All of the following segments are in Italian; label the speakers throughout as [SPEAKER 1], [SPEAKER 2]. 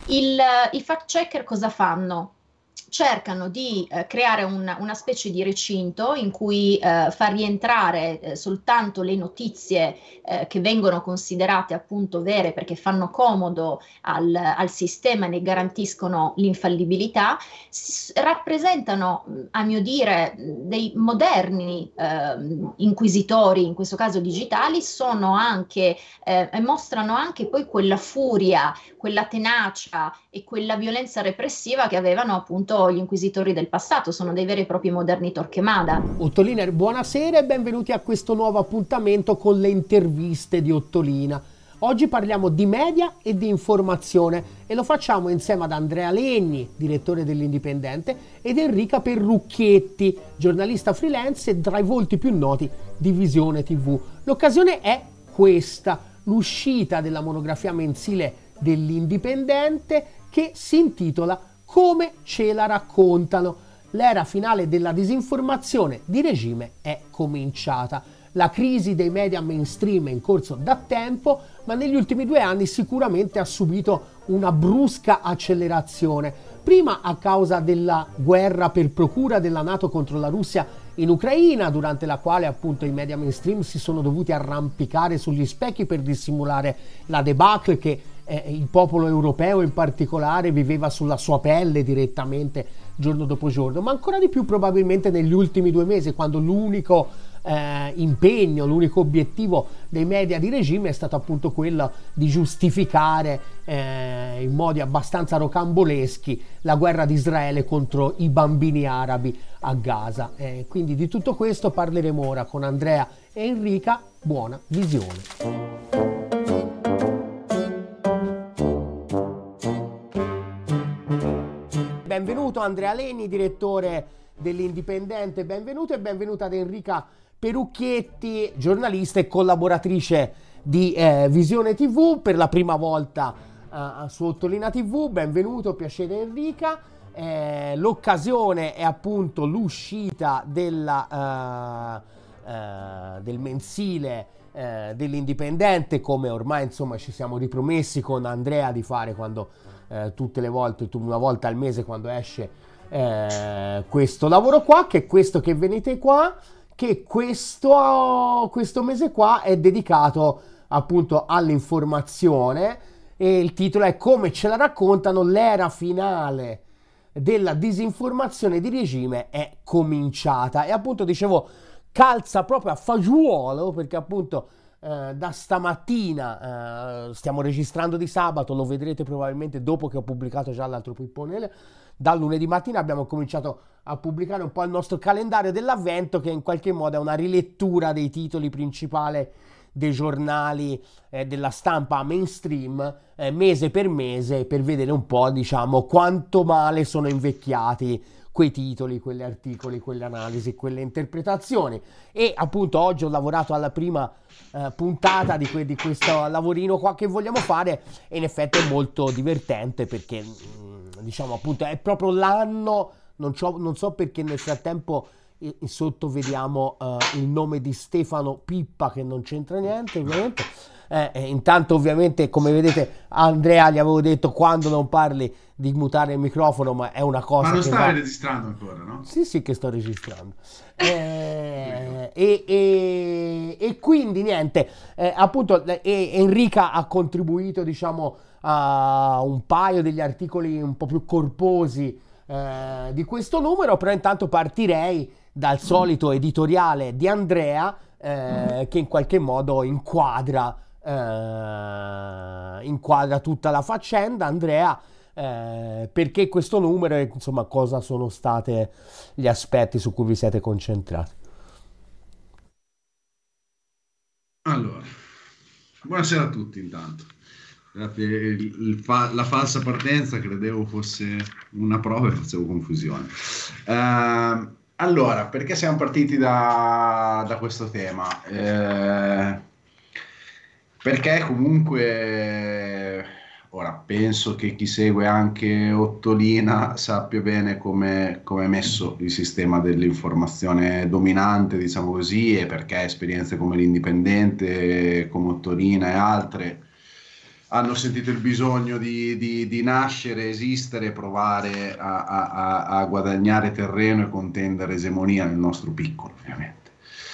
[SPEAKER 1] I fact checker cosa fanno? Cercano di creare una specie di recinto in cui far rientrare soltanto le notizie che vengono considerate appunto vere perché fanno comodo al sistema e ne garantiscono l'infallibilità, rappresentano, a mio dire, dei moderni inquisitori, in questo caso digitali, sono anche, mostrano anche poi quella furia, quella tenacia e quella violenza repressiva che avevano appunto gli inquisitori del passato, sono dei veri e propri moderni Torquemada.
[SPEAKER 2] Ottolina, buonasera e benvenuti a questo nuovo appuntamento con le interviste di Ottolina. Oggi parliamo di media e di informazione e lo facciamo insieme ad Andrea Legni, direttore dell'Indipendente, ed Enrica Perrucchietti, giornalista freelance e tra i volti più noti di Visione TV. L'occasione è questa, l'uscita della monografia mensile dell'Indipendente che si intitola Come ce la raccontano. L'era finale della disinformazione di regime è cominciata. La crisi dei media mainstream è in corso da tempo, ma negli ultimi 2 anni sicuramente ha subito una brusca accelerazione. Prima a causa della guerra per procura della NATO contro la Russia in Ucraina, durante la quale appunto i media mainstream si sono dovuti arrampicare sugli specchi per dissimulare la debacle che il popolo europeo in particolare viveva sulla sua pelle direttamente giorno dopo giorno, ma ancora di più probabilmente negli ultimi 2 mesi, quando l'unico impegno, l'unico obiettivo dei media di regime è stato appunto quello di giustificare in modi abbastanza rocamboleschi la guerra di Israele contro i bambini arabi a Gaza. Quindi di tutto questo parleremo ora con Andrea e Enrica. Buona visione. Benvenuto Andrea Legni, direttore dell'Indipendente, benvenuto e benvenuta ad Enrica Perrucchietti, giornalista e collaboratrice di Visione TV, per la prima volta su Ottolina TV. Benvenuto, piacere Enrica. L'occasione è appunto l'uscita del mensile dell'Indipendente, come ormai insomma ci siamo ripromessi con Andrea di fare quando tutte le volte, una volta al mese quando esce questo lavoro qua, che è questo che venite qua, che questo mese qua è dedicato appunto all'informazione e il titolo è Come ce la raccontano, l'era finale della disinformazione di regime è cominciata. E appunto dicevo, calza proprio a fagiolo perché appunto da stamattina stiamo registrando di sabato, lo vedrete probabilmente dopo che ho pubblicato già l'altro pippone. Da lunedì mattina abbiamo cominciato a pubblicare un po' il nostro calendario dell'avvento, che in qualche modo è una rilettura dei titoli principali dei giornali della stampa mainstream mese per mese, per vedere un po', diciamo, quanto male sono invecchiati quei titoli, quegli articoli, quelle analisi, quelle interpretazioni. E appunto oggi ho lavorato alla prima puntata di questo lavorino qua che vogliamo fare, e in effetti è molto divertente perché diciamo appunto è proprio l'anno, non so perché nel frattempo sotto vediamo il nome di Stefano Pippa, che non c'entra niente ovviamente. Intanto ovviamente, come vedete, Andrea gli avevo detto quando non parli di mutare il microfono, ma è una cosa
[SPEAKER 3] ma non
[SPEAKER 2] che
[SPEAKER 3] stavi registrando ancora, no?
[SPEAKER 2] Sì, che sto registrando. E quindi niente, appunto Enrica ha contribuito, diciamo, a un paio degli articoli un po' più corposi di questo numero, però intanto partirei dal solito editoriale di Andrea che in qualche modo inquadra tutta la faccenda. Andrea, perché questo numero e insomma cosa sono stati gli aspetti su cui vi siete concentrati?
[SPEAKER 3] Allora, buonasera a tutti intanto. La falsa partenza credevo fosse una prova e facevo confusione. Allora, perché siamo partiti da questo tema? Perché comunque ora penso che chi segue anche Ottolina sappia bene come è messo il sistema dell'informazione dominante, diciamo così, e perché esperienze come l'Indipendente, come Ottolina e altre hanno sentito il bisogno di nascere, esistere, provare a guadagnare terreno e contendere egemonia nel nostro piccolo, ovviamente.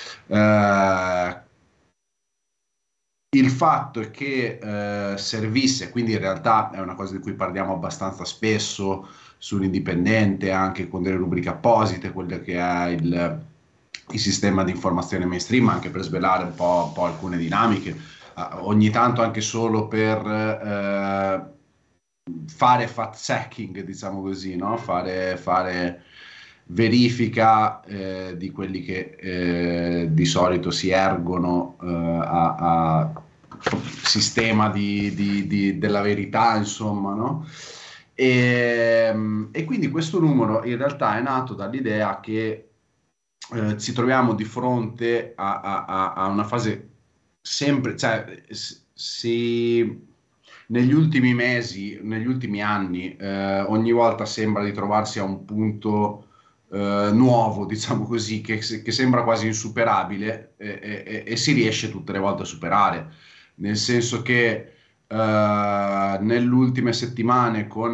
[SPEAKER 3] Il fatto è che servisse, quindi in realtà è una cosa di cui parliamo abbastanza spesso sull'Indipendente, anche con delle rubriche apposite, quelle che ha il sistema di informazione mainstream, anche per svelare un po' alcune dinamiche, ogni tanto anche solo per fare fact-checking, diciamo così, no? Fare verifica di quelli che di solito si ergono a sistema della verità, insomma, no? E quindi questo numero in realtà è nato dall'idea che ci troviamo di fronte a una fase sempre, cioè negli ultimi mesi, negli ultimi anni, ogni volta sembra di trovarsi a un punto nuovo, diciamo così, che sembra quasi insuperabile e si riesce tutte le volte a superare, nel senso che nelle ultime settimane con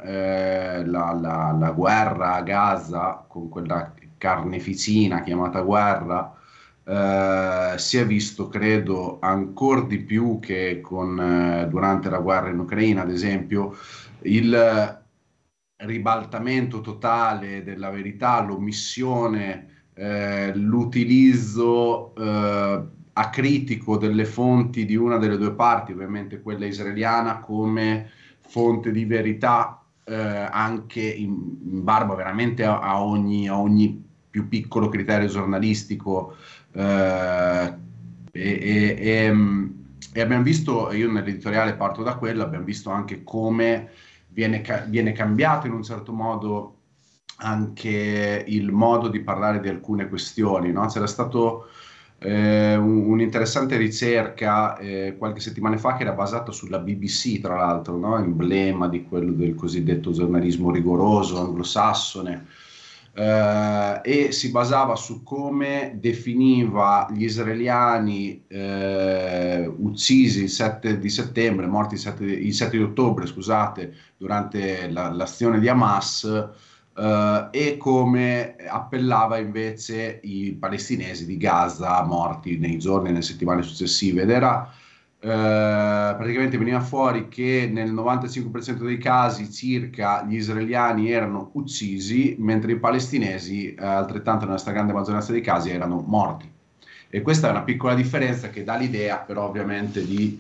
[SPEAKER 3] la guerra a Gaza, con quella carneficina chiamata guerra, si è visto, credo, ancora di più che durante la guerra in Ucraina, ad esempio, il ribaltamento totale della verità, l'omissione, l'utilizzo acritico delle fonti di una delle due parti, ovviamente quella israeliana, come fonte di verità, anche in barba veramente a ogni più piccolo criterio giornalistico, e abbiamo visto, io nell'editoriale parto da quello, abbiamo visto anche come viene cambiato in un certo modo anche il modo di parlare di alcune questioni, no? C'era stato un'interessante ricerca qualche settimana fa che era basata sulla BBC, tra l'altro, no? Emblema di quello del cosiddetto giornalismo rigoroso anglosassone, e si basava su come definiva gli israeliani uccisi il 7 di settembre, morti il 7 di ottobre, scusate, durante l'azione di Hamas, e come appellava invece i palestinesi di Gaza morti nei giorni e nelle settimane successive, ed era praticamente veniva fuori che nel 95% dei casi circa gli israeliani erano uccisi, mentre i palestinesi altrettanto nella stragrande maggioranza dei casi erano morti. E questa è una piccola differenza che dà l'idea però ovviamente di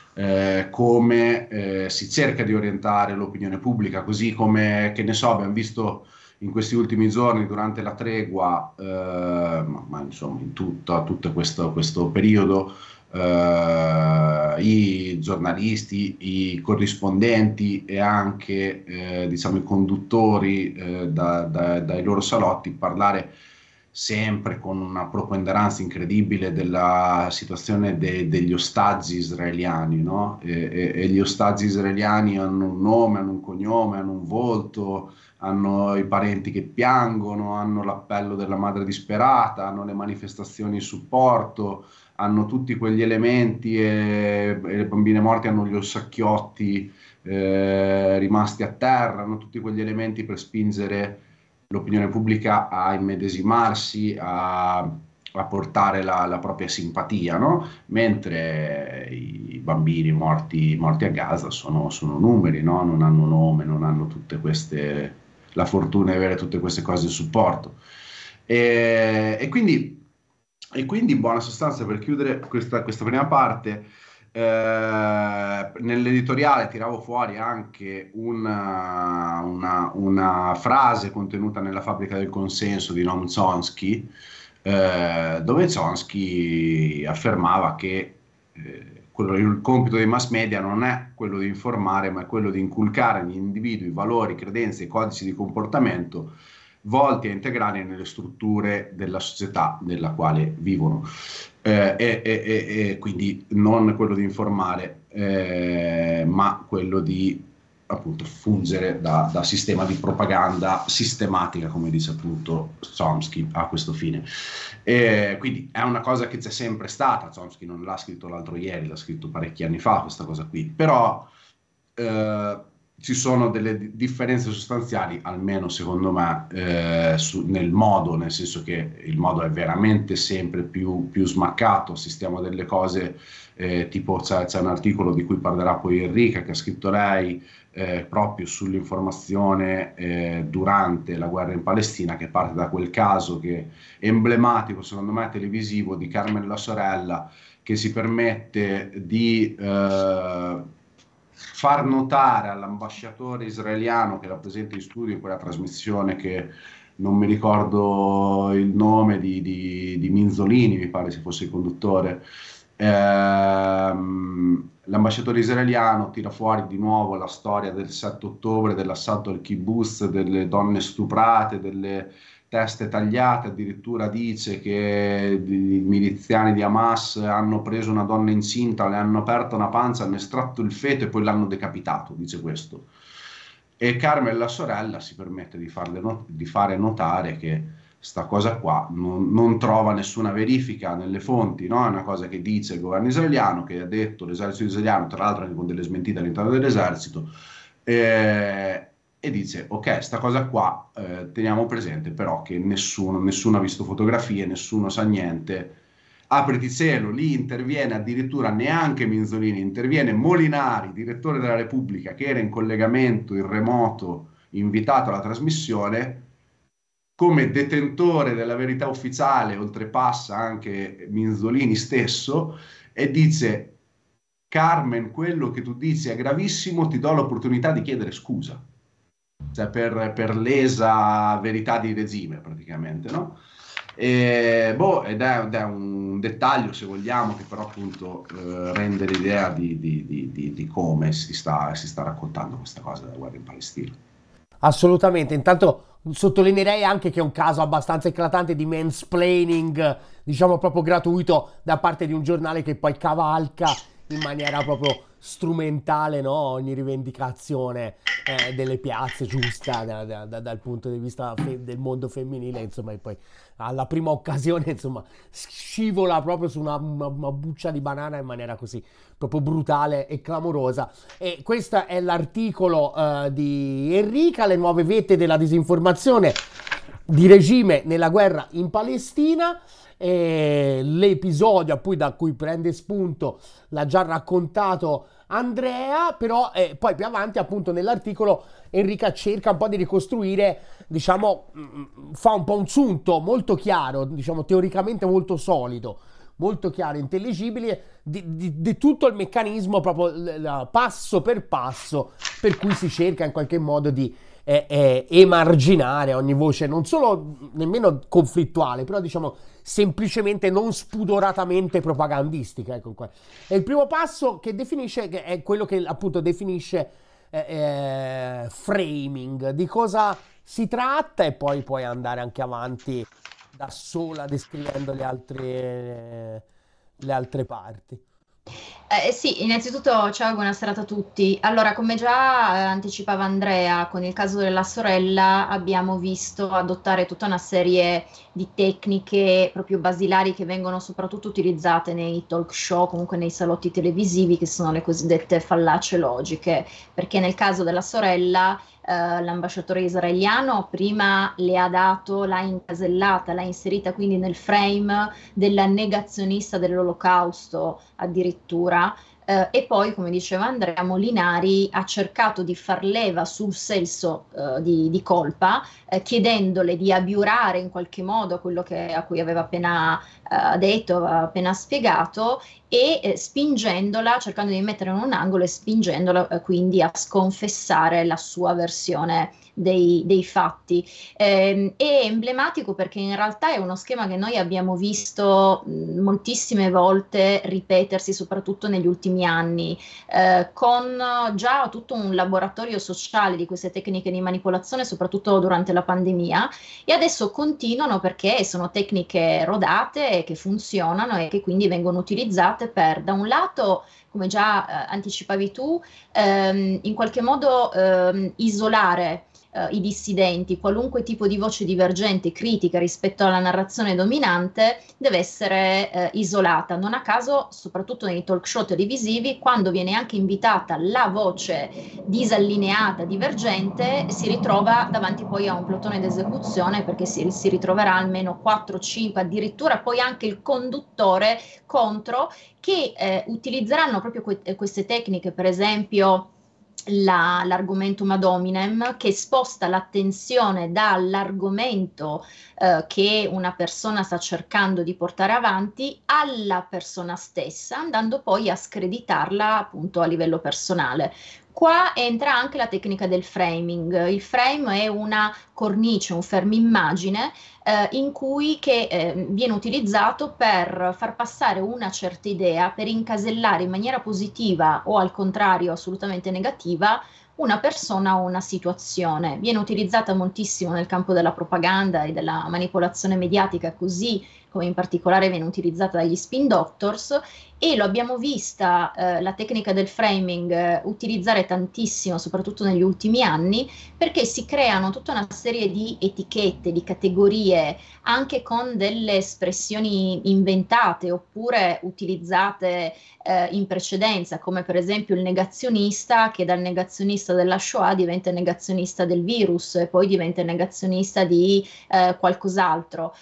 [SPEAKER 3] come si cerca di orientare l'opinione pubblica, così come, che ne so, abbiamo visto in questi ultimi giorni durante la tregua, ma insomma in tutto questo periodo, i giornalisti, i corrispondenti e anche diciamo i conduttori dai loro salotti parlare sempre con una preponderanza incredibile della situazione degli ostaggi israeliani, no? E gli ostaggi israeliani hanno un nome, hanno un cognome, hanno un volto, hanno i parenti che piangono, hanno l'appello della madre disperata, hanno le manifestazioni in supporto, hanno tutti quegli elementi, e le bambine morte hanno gli ossacchiotti rimasti a terra, hanno tutti quegli elementi per spingere l'opinione pubblica a immedesimarsi, a portare la propria simpatia, no? Mentre i bambini morti a Gaza sono numeri, no? Non hanno nome, non hanno tutte queste, la fortuna di avere tutte queste cose in supporto. E quindi in buona sostanza, per chiudere questa prima parte, nell'editoriale tiravo fuori anche una frase contenuta nella Fabbrica del consenso di Noam Chomsky, dove Chomsky affermava che il compito dei mass media non è quello di informare, ma è quello di inculcare agli individui valori, credenze e codici di comportamento volti a integrare nelle strutture della società nella quale vivono, e quindi non quello di informare, ma quello di appunto fungere da sistema di propaganda sistematica, come dice appunto Chomsky a questo fine. E quindi è una cosa che c'è sempre stata. Chomsky non l'ha scritto l'altro ieri, l'ha scritto parecchi anni fa questa cosa qui, però ci sono delle differenze sostanziali, almeno secondo me, nel modo, nel senso che il modo è veramente sempre più smaccato. Assistiamo a delle cose tipo c'è un articolo di cui parlerà poi Enrica, che ha scritto lei, proprio sull'informazione durante la guerra in Palestina, che parte da quel caso che è emblematico, secondo me, televisivo, di Carmen la sorella, che si permette di far notare all'ambasciatore israeliano che era presente in studio in quella trasmissione, che non mi ricordo il nome, di Minzolini, mi pare se fosse il conduttore. L'ambasciatore israeliano tira fuori di nuovo la storia del 7 ottobre, dell'assalto al kibbutz, delle donne stuprate, delle teste tagliate. Addirittura dice che i miliziani di Hamas hanno preso una donna incinta, le hanno aperto una pancia, hanno estratto il feto e poi l'hanno decapitato, dice questo. E Carmen, la sorella, si permette di fare notare che sta cosa qua non trova nessuna verifica nelle fonti, no? È una cosa che dice il governo israeliano, che ha detto l'esercito israeliano, tra l'altro anche con delle smentite all'interno dell'esercito, e dice ok, sta cosa qua teniamo presente però che nessuno ha visto fotografie, nessuno sa niente. Apriti cielo, lì interviene addirittura neanche Minzolini, interviene Molinari, direttore della Repubblica, che era in collegamento in remoto, invitato alla trasmissione, come detentore della verità ufficiale, oltrepassa anche Minzolini stesso, e dice: Carmen, quello che tu dici è gravissimo, ti do l'opportunità di chiedere scusa, cioè per lesa verità di regime praticamente, no? Ed è un dettaglio, se vogliamo, che però appunto rende l'idea di come si sta raccontando questa cosa della guerra in Palestina.
[SPEAKER 2] Assolutamente. Intanto sottolineerei anche che è un caso abbastanza eclatante di mansplaining, diciamo proprio gratuito, da parte di un giornale che poi cavalca in maniera proprio strumentale, no? Ogni rivendicazione delle piazze giusta dal punto di vista del mondo femminile, insomma, e poi alla prima occasione, insomma, scivola proprio su una buccia di banana in maniera così proprio brutale e clamorosa. E questo è l'articolo di Enrica, le nuove vette della disinformazione di regime nella guerra in Palestina. L'episodio poi da cui prende spunto l'ha già raccontato Andrea, però poi più avanti appunto nell'articolo Enrica cerca un po' di ricostruire, diciamo, fa un po' un sunto molto chiaro, diciamo teoricamente molto solido, molto chiaro, intelligibile di tutto il meccanismo proprio passo per passo per cui si cerca in qualche modo di emarginare ogni voce, non solo nemmeno conflittuale, però diciamo semplicemente non spudoratamente propagandistica. Ecco qua. E il primo passo che definisce, che è quello che appunto definisce framing, di cosa si tratta, e poi puoi andare anche avanti da sola descrivendo le altre parti.
[SPEAKER 1] Sì, innanzitutto ciao e buona serata a tutti. Allora, come già anticipava Andrea, con il caso della sorella abbiamo visto adottare tutta una serie di tecniche proprio basilari che vengono soprattutto utilizzate nei talk show, comunque nei salotti televisivi, che sono le cosiddette fallacie logiche, perché nel caso della sorella l'ambasciatore israeliano prima le ha dato, l'ha incasellata, l'ha inserita quindi nel frame della negazionista dell'olocausto addirittura, e poi, come diceva Andrea, Molinari ha cercato di far leva sul senso di colpa, chiedendole di abiurare in qualche modo quello a cui aveva appena detto, aveva appena spiegato, e spingendola, cercando di mettere in un angolo e spingendola quindi a sconfessare la sua versione dei fatti. È emblematico perché in realtà è uno schema che noi abbiamo visto moltissime volte ripetersi, soprattutto negli ultimi ultimi anni, con già tutto un laboratorio sociale di queste tecniche di manipolazione, soprattutto durante la pandemia, e adesso continuano perché sono tecniche rodate che funzionano e che quindi vengono utilizzate per, da un lato, come già anticipavi tu, in qualche modo isolare i dissidenti. Qualunque tipo di voce divergente, critica rispetto alla narrazione dominante deve essere isolata. Non a caso, soprattutto nei talk show televisivi, quando viene anche invitata la voce disallineata, divergente, si ritrova davanti poi a un plotone d'esecuzione, perché si ritroverà almeno 4-5, addirittura poi anche il conduttore contro, che utilizzeranno proprio queste tecniche, per esempio l'argumentum ad hominem, che sposta l'attenzione dall'argomento che una persona sta cercando di portare avanti alla persona stessa, andando poi a screditarla appunto a livello personale. Qua entra anche la tecnica del framing. Il frame è una cornice, un fermimmagine in cui viene utilizzato per far passare una certa idea, per incasellare in maniera positiva o al contrario assolutamente negativa una persona o una situazione. Viene utilizzata moltissimo nel campo della propaganda e della manipolazione mediatica, così come in particolare viene utilizzata dagli spin doctors, e lo abbiamo vista la tecnica del framing utilizzare tantissimo, soprattutto negli ultimi anni, perché si creano tutta una serie di etichette, di categorie, anche con delle espressioni inventate oppure utilizzate in precedenza, come per esempio il negazionista, che dal negazionista della Shoah diventa negazionista del virus e poi diventa negazionista di qualcos'altro.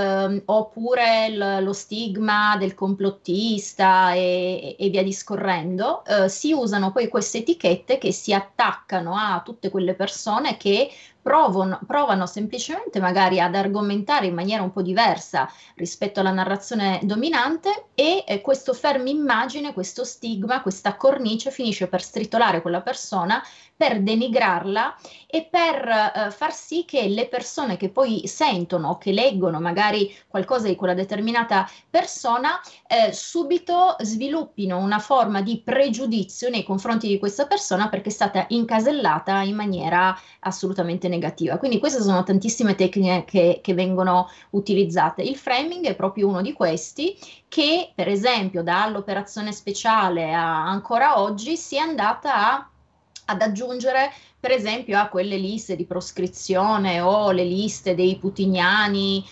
[SPEAKER 1] Oppure lo stigma del complottista e via discorrendo. Si usano poi queste etichette che si attaccano a tutte quelle persone che provano semplicemente magari ad argomentare in maniera un po' diversa rispetto alla narrazione dominante, e questo fermimmagine, questo stigma, questa cornice finisce per stritolare quella persona, per denigrarla e per far sì che le persone che poi sentono, che leggono magari qualcosa di quella determinata persona, subito sviluppino una forma di pregiudizio nei confronti di questa persona, perché è stata incasellata in maniera assolutamente negativa. Quindi queste sono tantissime tecniche che vengono utilizzate. Il framing è proprio uno di questi, che per esempio dall'operazione speciale a ancora oggi si è andata ad aggiungere per esempio a quelle liste di proscrizione o le liste dei putiniani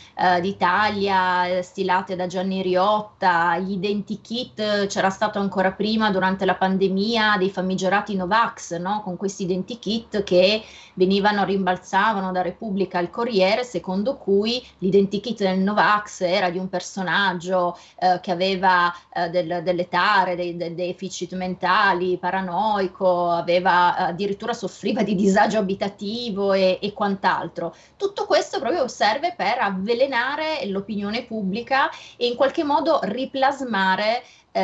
[SPEAKER 1] d'Italia stilate da Gianni Riotta, gli identikit. C'era stato ancora prima, durante la pandemia, dei famigerati Novax, no? Con questi identikit che rimbalzavano da Repubblica al Corriere, secondo cui l'identikit del Novax era di un personaggio che aveva delle tare, dei deficit mentali, paranoico, addirittura soffriva di disagio abitativo e quant'altro. Tutto questo proprio serve per avvelenare l'opinione pubblica e in qualche modo riplasmare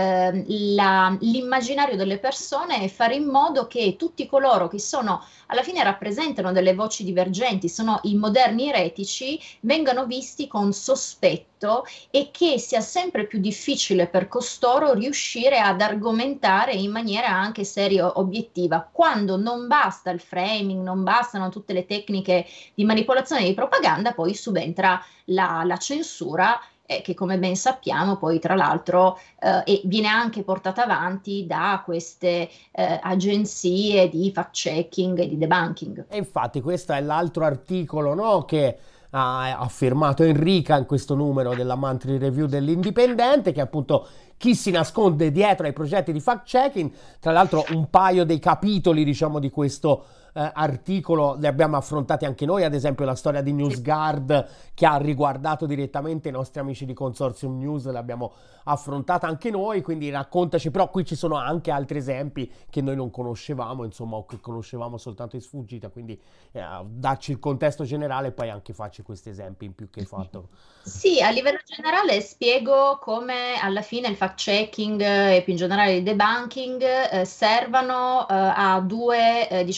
[SPEAKER 1] l'immaginario delle persone e fare in modo che tutti coloro che alla fine rappresentano delle voci divergenti, sono i moderni eretici, vengano visti con sospetto, e che sia sempre più difficile per costoro riuscire ad argomentare in maniera anche seria e obiettiva, quando non basta il framing, non bastano tutte le tecniche di manipolazione e di propaganda, poi subentra la censura, che come ben sappiamo poi tra l'altro viene anche portata avanti da queste agenzie di fact-checking e di debunking.
[SPEAKER 2] E infatti questo è l'altro articolo, no, che ha firmato Enrica in questo numero della Monthly Review dell'Indipendente, che appunto chi si nasconde dietro ai progetti di fact-checking. Tra l'altro un paio dei capitoli, diciamo, di questo articolo li abbiamo affrontati anche noi, ad esempio la storia di NewsGuard che ha riguardato direttamente i nostri amici di Consortium News, l'abbiamo affrontata anche noi, quindi raccontaci. Però qui ci sono anche altri esempi che noi non conoscevamo, insomma, o che conoscevamo soltanto in sfuggita, quindi dacci il contesto generale e poi anche facci questi esempi in più che hai fatto.
[SPEAKER 1] Sì, a livello generale spiego come alla fine il fact-checking e più in generale il debunking servano a due, diciamo, obiettivi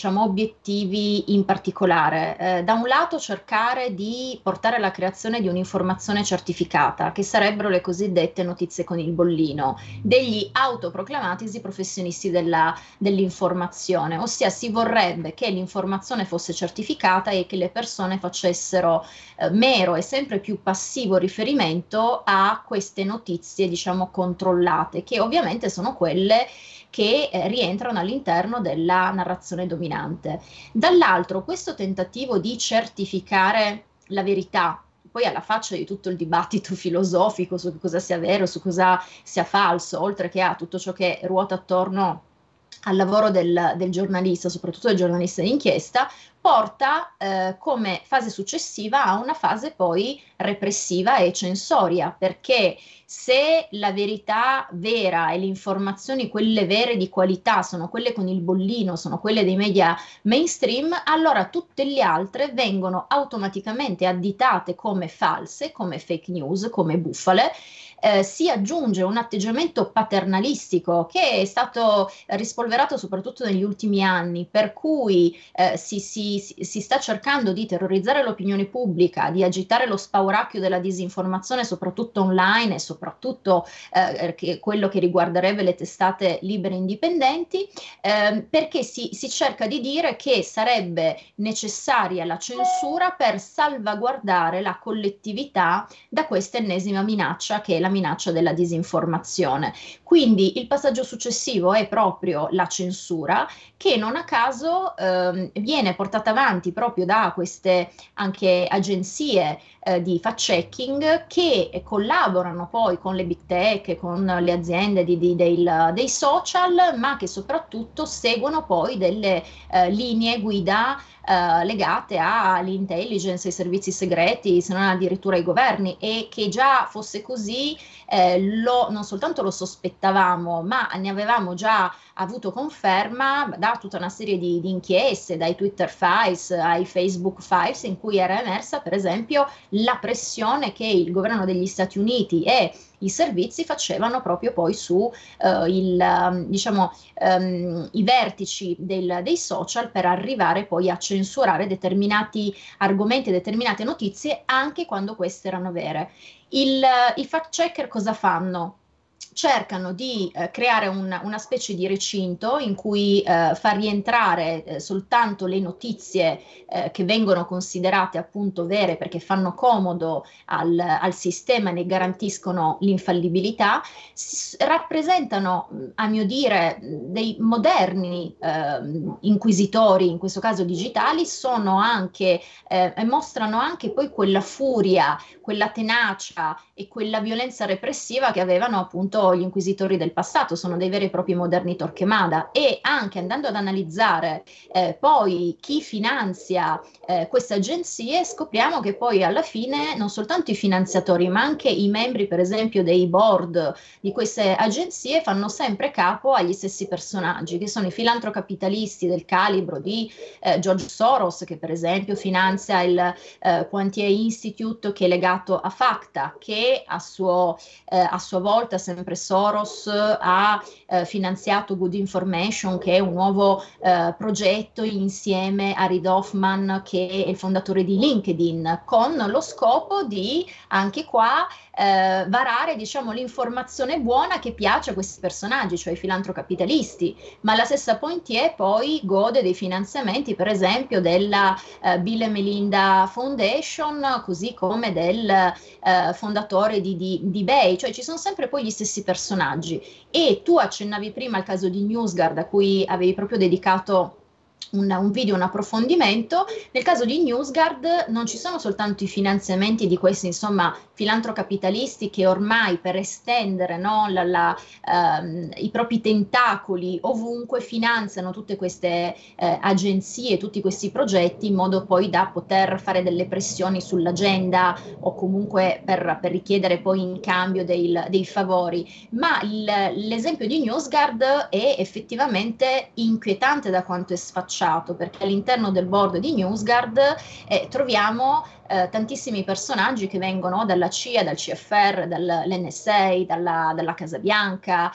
[SPEAKER 1] obiettivi in particolare. Da un lato cercare di portare alla creazione di un'informazione certificata, che sarebbero le cosiddette notizie con il bollino, degli autoproclamatisi professionisti dell'informazione, ossia si vorrebbe che l'informazione fosse certificata e che le persone facessero mero e sempre più passivo riferimento a queste notizie, diciamo, controllate, che ovviamente sono quelle che rientrano all'interno della narrazione dominante. Dall'altro, questo tentativo di certificare la verità, poi alla faccia di tutto il dibattito filosofico su cosa sia vero, su cosa sia falso, oltre che a tutto ciò che ruota attorno al lavoro del giornalista, soprattutto del giornalista d'inchiesta, porta come fase successiva a una fase poi repressiva e censoria, perché se la verità vera e le informazioni, quelle vere di qualità, sono quelle con il bollino, sono quelle dei media mainstream, allora tutte le altre vengono automaticamente additate come false, come fake news, come bufale. Si aggiunge un atteggiamento paternalistico che è stato rispolverato soprattutto negli ultimi anni, per cui si sta cercando di terrorizzare l'opinione pubblica, di agitare lo spauracchio della disinformazione, soprattutto online e soprattutto quello che riguarderebbe le testate libere e indipendenti, perché si cerca di dire che sarebbe necessaria la censura per salvaguardare la collettività da questa ennesima minaccia, che è la minaccia della disinformazione. Quindi il passaggio successivo è proprio la censura, che non a caso viene portata avanti proprio da queste anche agenzie di fact-checking che collaborano poi con le big tech, con le aziende dei social, ma che soprattutto seguono poi delle linee guida legate all'intelligence, ai servizi segreti, se non addirittura ai governi, e che già fosse così non soltanto lo sospettavamo, ma ne avevamo già avuto conferma da tutta una serie di inchieste, dai Twitter Files ai Facebook Files, in cui era emersa per esempio la pressione che il governo degli Stati Uniti e i servizi facevano proprio poi su i vertici dei social, per arrivare poi a censurare determinati argomenti, determinate notizie, anche quando queste erano vere. I fact checker cosa fanno? Cercano di creare una specie di recinto in cui far rientrare soltanto le notizie che vengono considerate appunto vere, perché fanno comodo al sistema e ne garantiscono l'infallibilità. Rappresentano, a mio dire, dei moderni inquisitori, in questo caso digitali, sono anche mostrano anche poi quella furia, quella tenacia e quella violenza repressiva che avevano appunto gli inquisitori del passato. Sono dei veri e propri moderni Torquemada. E anche andando ad analizzare poi chi finanzia queste agenzie, scopriamo che poi alla fine non soltanto i finanziatori, ma anche i membri per esempio dei board di queste agenzie fanno sempre capo agli stessi personaggi, che sono i filantro-capitalisti del calibro di George Soros, che per esempio finanzia il Poitiers Institute, che è legato a Facta, che a sua volta sempre Soros ha finanziato Good Information, che è un nuovo progetto insieme a Reid Hoffman, che è il fondatore di LinkedIn, con lo scopo di anche qua varare, diciamo, l'informazione buona che piace a questi personaggi, cioè i filantrocapitalisti. Ma la stessa Poitiers poi gode dei finanziamenti, per esempio, della Bill e Melinda Foundation, così come del fondatore di eBay. Cioè ci sono sempre poi gli stessi personaggi. E tu accennavi prima al caso di NewsGuard, a cui avevi proprio dedicato un video, un approfondimento. Nel caso di NewsGuard non ci sono soltanto i finanziamenti di questi, insomma, filantrocapitalisti che ormai, per estendere, no, i propri tentacoli ovunque, finanziano tutte queste agenzie, tutti questi progetti, in modo poi da poter fare delle pressioni sull'agenda o comunque per richiedere poi in cambio dei favori. Ma l'esempio di NewsGuard è effettivamente inquietante da quanto è sfacciato, sfacciato, perché all'interno del board di NewsGuard troviamo tantissimi personaggi che vengono dalla CIA, dal CFR, dall'NSA, dalla Casa Bianca,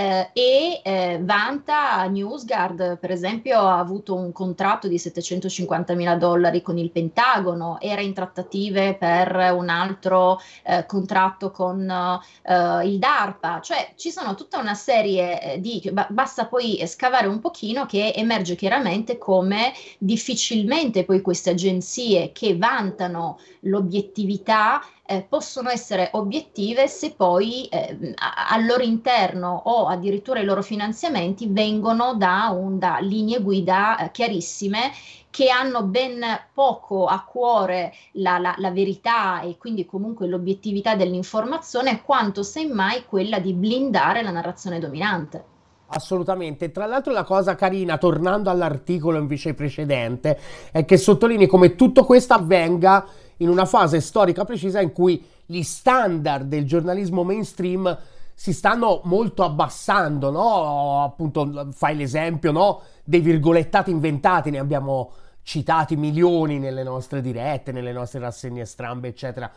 [SPEAKER 1] vanta NewsGuard, per esempio, ha avuto un contratto di $750.000 con il Pentagono, era in trattative per un altro contratto con il DARPA, cioè ci sono tutta una serie basta poi scavare un pochino, che emerge chiaramente come difficilmente poi queste agenzie che vantano l'obiettività possono essere obiettive se poi al loro interno o addirittura i loro finanziamenti vengono da linee guida chiarissime, che hanno ben poco a cuore la verità e quindi comunque l'obiettività dell'informazione, quanto semmai quella di blindare la narrazione dominante.
[SPEAKER 2] Assolutamente. Tra l'altro la cosa carina, tornando all'articolo invece precedente, è che sottolinei come tutto questo avvenga in una fase storica precisa in cui gli standard del giornalismo mainstream si stanno molto abbassando, no? Appunto, fai l'esempio, no? Dei virgolettati inventati, ne abbiamo citati milioni nelle nostre dirette, nelle nostre rassegne strambe, eccetera.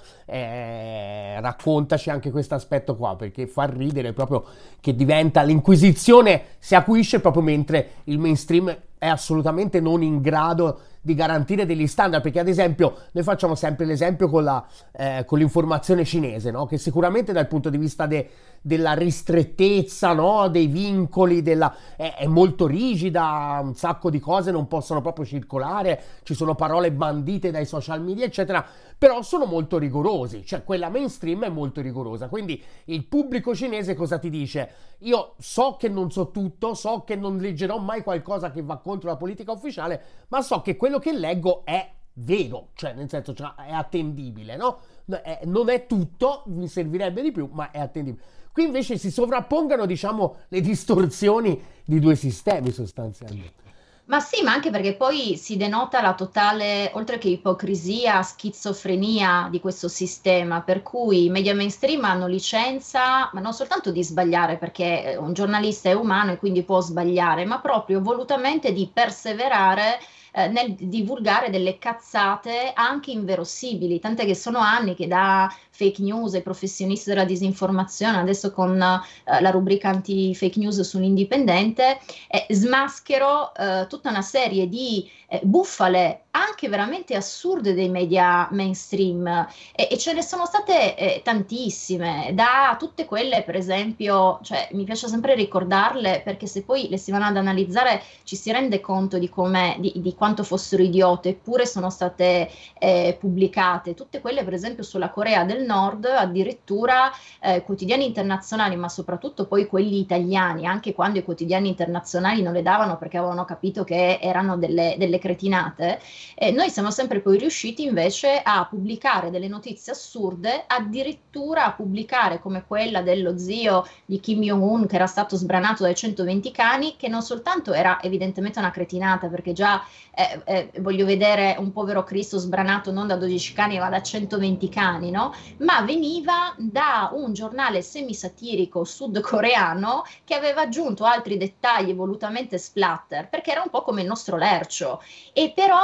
[SPEAKER 2] Raccontaci anche questo aspetto qua, perché fa ridere proprio che diventa, l'inquisizione si acuisce proprio mentre il mainstream è assolutamente non in grado di garantire degli standard, perché ad esempio noi facciamo sempre l'esempio con l'informazione cinese, no? Che sicuramente dal punto di vista della ristrettezza, no? Dei vincoli, è molto rigida, un sacco di cose non possono proprio circolare, ci sono parole bandite dai social media, eccetera, però sono molto rigorosi, cioè quella mainstream è molto rigorosa, quindi il pubblico cinese cosa ti dice? Io so che non so tutto, so che non leggerò mai qualcosa che va contro la politica ufficiale, ma so che quello che leggo è vero, cioè nel senso, cioè, è attendibile, no? Non è tutto, mi servirebbe di più, ma è attendibile. Qui invece si sovrappongano, diciamo, le distorsioni di due sistemi sostanzialmente.
[SPEAKER 1] Ma sì, ma anche perché poi si denota la totale, oltre che ipocrisia, schizofrenia di questo sistema, per cui i media mainstream hanno licenza, ma non soltanto di sbagliare, perché un giornalista è umano e quindi può sbagliare, ma proprio volutamente di perseverare nel divulgare delle cazzate anche inverosimili, tant'è che sono anni che da fake news ai professionisti della disinformazione, adesso con la rubrica anti-fake news sull'Indipendente, smaschero tutta una serie di bufale anche veramente assurde dei media mainstream, e ce ne sono state tantissime, da tutte quelle, per esempio, cioè mi piace sempre ricordarle, perché se poi le si vanno ad analizzare ci si rende conto di quanto fossero idiote, eppure sono state pubblicate, tutte quelle per esempio sulla Corea del Nord, addirittura quotidiani internazionali, ma soprattutto poi quelli italiani, anche quando i quotidiani internazionali non le davano perché avevano capito che erano delle cretinate, noi siamo sempre poi riusciti invece a pubblicare delle notizie assurde, addirittura a pubblicare come quella dello zio di Kim Jong-un che era stato sbranato dai 120 cani, che non soltanto era evidentemente una cretinata, perché già voglio vedere un povero Cristo sbranato non da 12 cani ma da 120 cani, no? Ma veniva da un giornale semisatirico sudcoreano che aveva aggiunto altri dettagli volutamente splatter, perché era un po' come il nostro Lercio. E però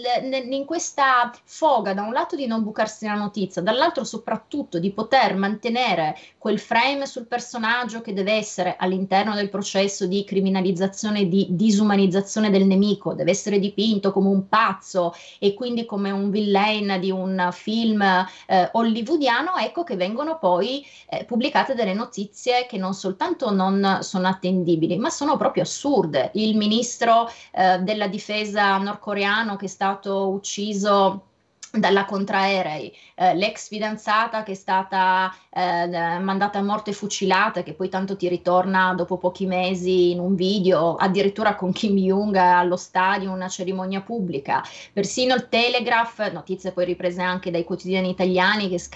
[SPEAKER 1] in questa foga, da un lato di non bucarsi la notizia, dall'altro soprattutto di poter mantenere quel frame sul personaggio che deve essere all'interno del processo di criminalizzazione e di disumanizzazione del nemico, deve essere dipinto come un pazzo e quindi come un villain di un film hollywoodiano, ecco che vengono poi pubblicate delle notizie che non soltanto non sono attendibili, ma sono proprio assurde. Il ministro della difesa nordcoreano che è stato ucciso dalla contraerei, l'ex fidanzata che è stata mandata a morte fucilata, che poi tanto ti ritorna dopo pochi mesi in un video, addirittura con Kim Jong allo stadio, una cerimonia pubblica, persino il Telegraph, notizie poi riprese anche dai quotidiani italiani che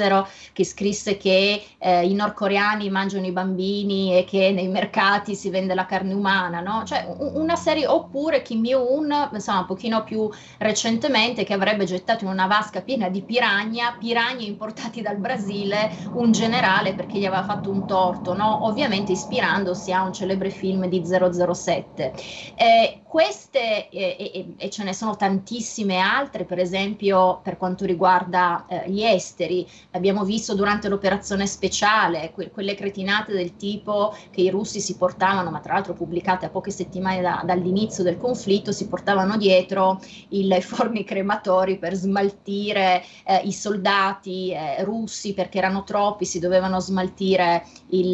[SPEAKER 1] scrisse che i nordcoreani mangiano i bambini e che nei mercati si vende la carne umana, no? Cioè una serie, oppure Kim Jong-un, insomma un pochino più recentemente, che avrebbe gettato in una vasca piena di piranha importati dal Brasile, un generale perché gli aveva fatto un torto, no? Ovviamente ispirandosi a un celebre film di 007. Queste e ce ne sono tantissime altre, per esempio per quanto riguarda gli esteri, abbiamo visto durante l'operazione speciale quelle cretinate del tipo che i russi si portavano, ma tra l'altro pubblicate a poche settimane dall'inizio del conflitto, si portavano dietro i forni crematori per smaltire i soldati russi, perché erano troppi, si dovevano smaltire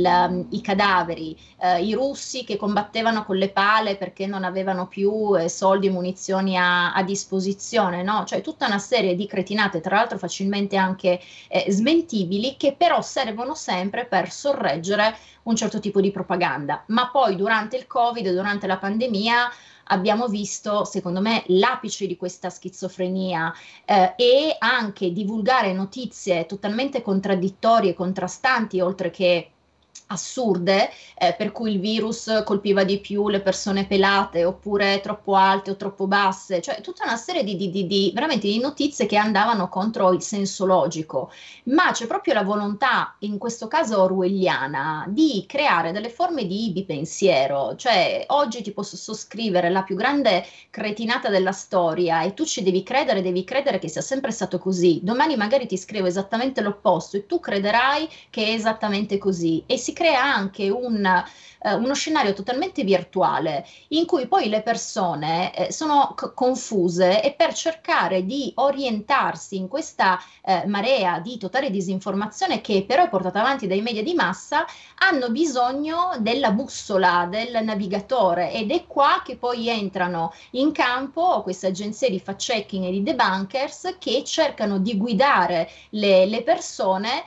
[SPEAKER 1] i cadaveri, i russi che combattevano con le pale perché non avevano più soldi e munizioni a disposizione, no? Cioè tutta una serie di cretinate, tra l'altro facilmente anche smentibili, che però servono sempre per sorreggere un certo tipo di propaganda. Ma poi durante il Covid, durante la pandemia, abbiamo visto, secondo me, l'apice di questa schizofrenia e anche divulgare notizie totalmente contraddittorie, contrastanti, oltre che assurde, per cui il virus colpiva di più le persone pelate oppure troppo alte o troppo basse, cioè tutta una serie veramente di notizie che andavano contro il senso logico, ma c'è proprio la volontà, in questo caso orwelliana, di creare delle forme di bipensiero, cioè oggi ti posso sottoscrivere la più grande cretinata della storia e tu ci devi credere che sia sempre stato così, domani magari ti scrivo esattamente l'opposto e tu crederai che è esattamente così, e si crea anche uno scenario totalmente virtuale in cui poi le persone sono confuse, e per cercare di orientarsi in questa marea di totale disinformazione che però è portata avanti dai media di massa, hanno bisogno della bussola, del navigatore, ed è qua che poi entrano in campo queste agenzie di fact-checking e di debunkers che cercano di guidare le persone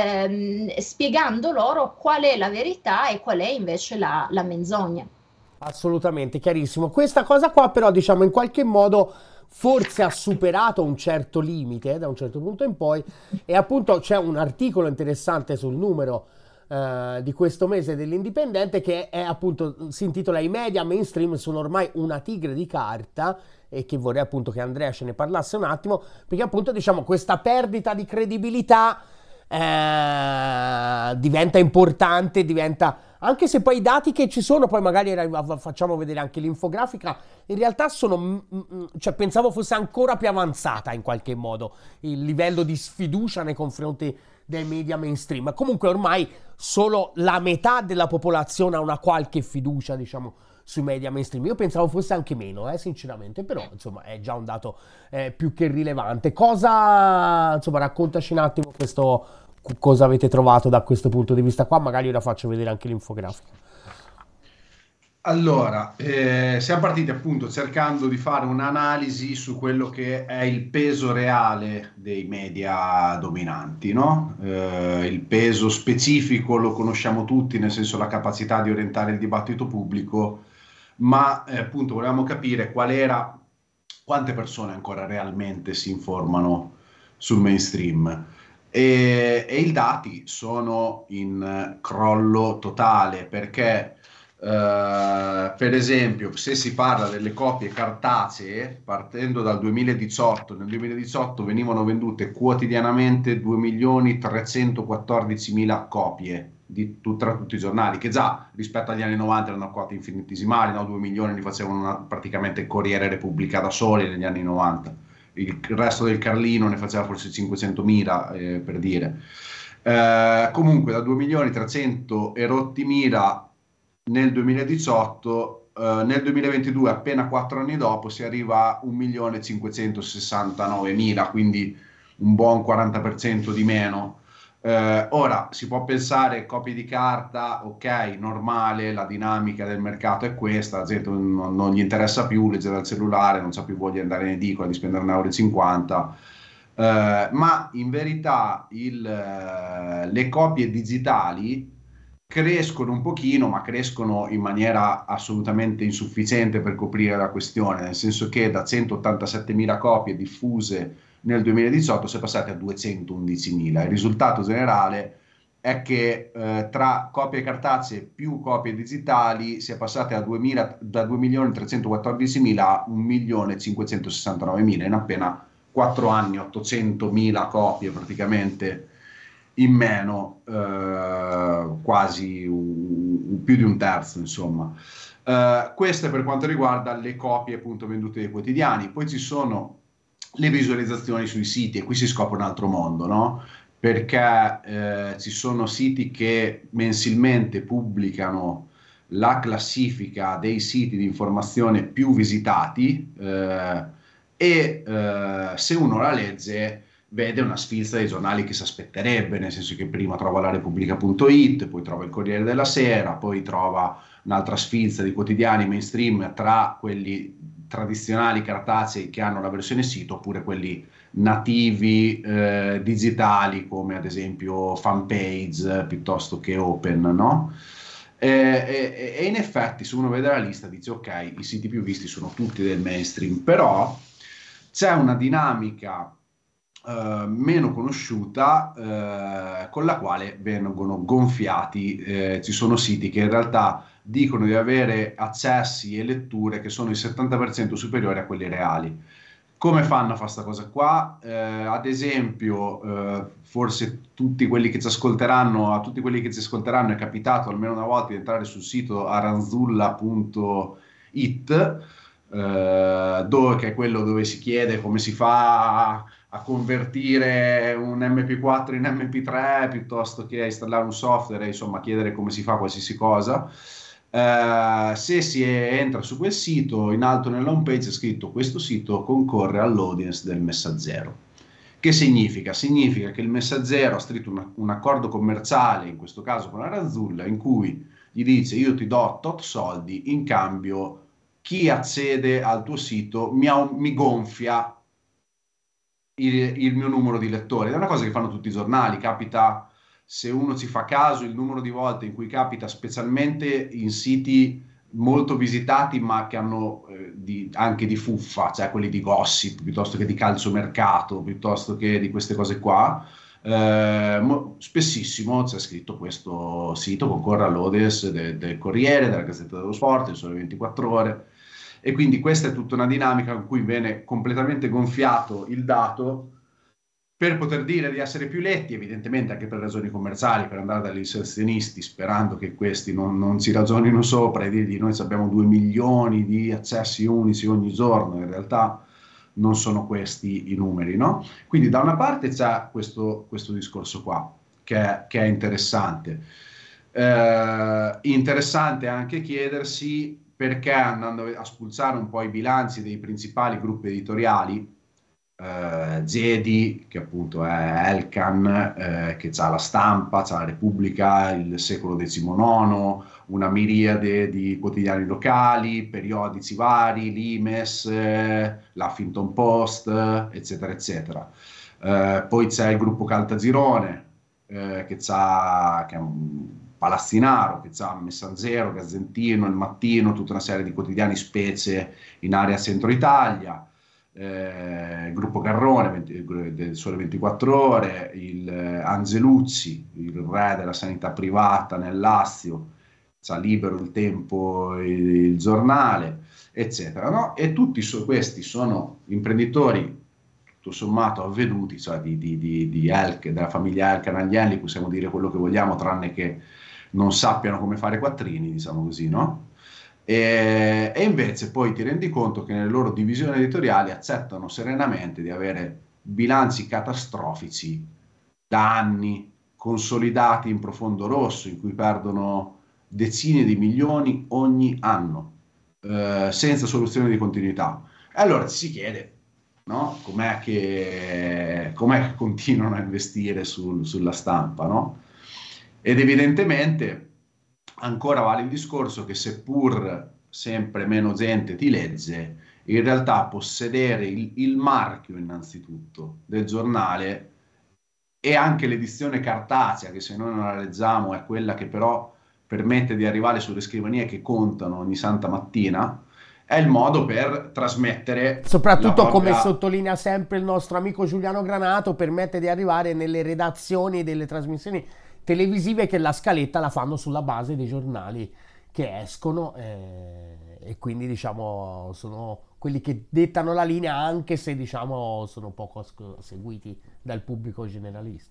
[SPEAKER 1] spiegando loro qual è la verità e qual è invece la menzogna.
[SPEAKER 2] Assolutamente, chiarissimo. Questa cosa qua però, diciamo, in qualche modo forse ha superato un certo limite da un certo punto in poi, e appunto c'è un articolo interessante sul Numero di questo mese dell'Indipendente che è appunto, si intitola "I media mainstream sono ormai una tigre di carta", e che vorrei appunto che Andrea ce ne parlasse un attimo, perché appunto, diciamo, questa perdita di credibilità diventa importante, diventa, anche se poi i dati che ci sono, poi magari facciamo vedere anche l'infografica, in realtà sono, cioè pensavo fosse ancora più avanzata in qualche modo il livello di sfiducia nei confronti dei media mainstream. Comunque ormai solo la metà della popolazione ha una qualche fiducia, diciamo, sui media mainstream. Io pensavo fosse anche meno, sinceramente, però insomma è già un dato più che rilevante. Insomma, raccontaci un attimo cosa avete trovato da questo punto di vista qua, magari io la faccio vedere anche l'infografica.
[SPEAKER 3] Allora, siamo partiti appunto cercando di fare un'analisi su quello che è il peso reale dei media dominanti, no? Il peso specifico lo conosciamo tutti, nel senso la capacità di orientare il dibattito pubblico, ma appunto volevamo capire quante persone ancora realmente si informano sul mainstream. E i dati sono in crollo totale, perché per esempio, se si parla delle copie cartacee, partendo dal 2018, nel 2018 venivano vendute quotidianamente 2.314.000 copie tra tutti i giornali, che già rispetto agli anni 90 erano quote infinitesimali, no? 2 milioni li facevano praticamente Corriere Repubblica da soli negli anni 90, il resto del Carlino ne faceva forse 500.000, per dire. Comunque da 2.300.000 e rotti nel 2018, nel 2022, appena 4 anni dopo, si arriva a 1.569.000, quindi un buon 40% di meno. Ora si può pensare copie di carta, ok, normale, la dinamica del mercato è questa, la gente non gli interessa più leggere dal cellulare, non c'ha più voglia di andare in edicola, di spendere 1,50 €, ma in verità le copie digitali crescono un pochino, ma crescono in maniera assolutamente insufficiente per coprire la questione, nel senso che da 187.000 copie diffuse nel 2018 si è passati a 211.000. Il risultato generale è che tra copie cartacee più copie digitali si è passati da 2.314.000 a 1.569.000 in appena 4 anni, 800.000 copie praticamente in meno, quasi più di un terzo, insomma. Questo è per quanto riguarda le copie appunto vendute dai quotidiani. Poi ci sono le visualizzazioni sui siti, e qui si scopre un altro mondo, no? Perché ci sono siti che mensilmente pubblicano la classifica dei siti di informazione più visitati, se uno la legge vede una sfilza dei giornali che si aspetterebbe, nel senso che prima trova la Repubblica.it, poi trova il Corriere della Sera, poi trova un'altra sfilza di quotidiani mainstream tra quelli tradizionali cartacei che hanno la versione sito, oppure quelli nativi digitali, come ad esempio Fanpage piuttosto che Open, no? E in effetti, se uno vede la lista, dice ok, i siti più visti sono tutti del mainstream, però c'è una dinamica meno conosciuta con la quale vengono gonfiati. Ci sono siti che in realtà dicono di avere accessi e letture che sono il 70% superiori a quelli reali. Come fanno a fare questa cosa qua? Ad esempio, forse tutti quelli che ci ascolteranno, a tutti quelli che ci ascolteranno è capitato almeno una volta di entrare sul sito aranzulla.it, che è quello dove si chiede come si fa a convertire un MP4 in MP3, piuttosto che a installare un software, insomma, chiedere come si fa qualsiasi cosa. Se si entra su quel sito, in alto nella home page è scritto: questo sito concorre all'audience del Messaggero. Che significa? Significa che il Messaggero ha stretto un accordo commerciale, in questo caso con Aranzulla, in cui gli dice: io ti do tot soldi, in cambio chi accede al tuo sito mi gonfia il mio numero di lettori. È una cosa che fanno tutti i giornali, capita, se uno ci fa caso, il numero di volte in cui capita, specialmente in siti molto visitati ma che hanno anche di fuffa, cioè quelli di gossip, piuttosto che di calciomercato, piuttosto che di queste cose qua, spessissimo c'è scritto: questo sito concorre all'audience del Corriere, della Gazzetta dello Sport, del Sole 24 Ore. E quindi questa è tutta una dinamica in cui viene completamente gonfiato il dato per poter dire di essere più letti, evidentemente anche per ragioni commerciali, per andare dagli inserzionisti sperando che questi non ci ragionino sopra e dirgli: noi abbiamo 2 milioni di accessi unici ogni giorno. In realtà non sono questi i numeri, no? Quindi da una parte c'è questo discorso qua che è interessante. Interessante anche chiedersi perché, andando a spulciare un po' i bilanci dei principali gruppi editoriali, Gedi, che appunto è Elkan, che ha La Stampa, c'ha La Repubblica, il Secolo XIX, una miriade di quotidiani locali, periodici vari, l'Imes, l'Huffington Post, eccetera eccetera. Poi c'è il gruppo Caltagirone, che è un Palastinaro, che ha Messaggero, Gazzentino, Il Mattino, tutta una serie di quotidiani specie in area centro Italia. Il gruppo Garrone del Sole 24 Ore, il Angelucci, il re della sanità privata nel Lazio, c'ha Libero, Il Tempo, il Giornale, eccetera, no? E tutti questi sono imprenditori tutto sommato avveduti, cioè della famiglia Elkann Agnelli, possiamo dire quello che vogliamo, tranne che non sappiano come fare quattrini, diciamo così, no? E invece poi ti rendi conto che nelle loro divisioni editoriali accettano serenamente di avere bilanci catastrofici da anni, consolidati in profondo rosso, in cui perdono decine di milioni ogni anno, senza soluzione di continuità. E allora ci si chiede, no? Com'è che continuano a investire sulla stampa, no? Ed evidentemente ancora vale il discorso che, seppur sempre meno gente ti legge, in realtà possedere il marchio innanzitutto del giornale, e anche l'edizione cartacea, che se noi non la leggiamo è quella che però permette di arrivare sulle scrivanie che contano ogni santa mattina, è il modo per trasmettere.
[SPEAKER 2] Soprattutto, come sottolinea sempre il nostro amico Giuliano Granato, permette di arrivare nelle redazioni delle trasmissioni televisive, che la scaletta la fanno sulla base dei giornali che escono, e quindi diciamo sono quelli che dettano la linea, anche se diciamo sono poco seguiti dal pubblico generalista.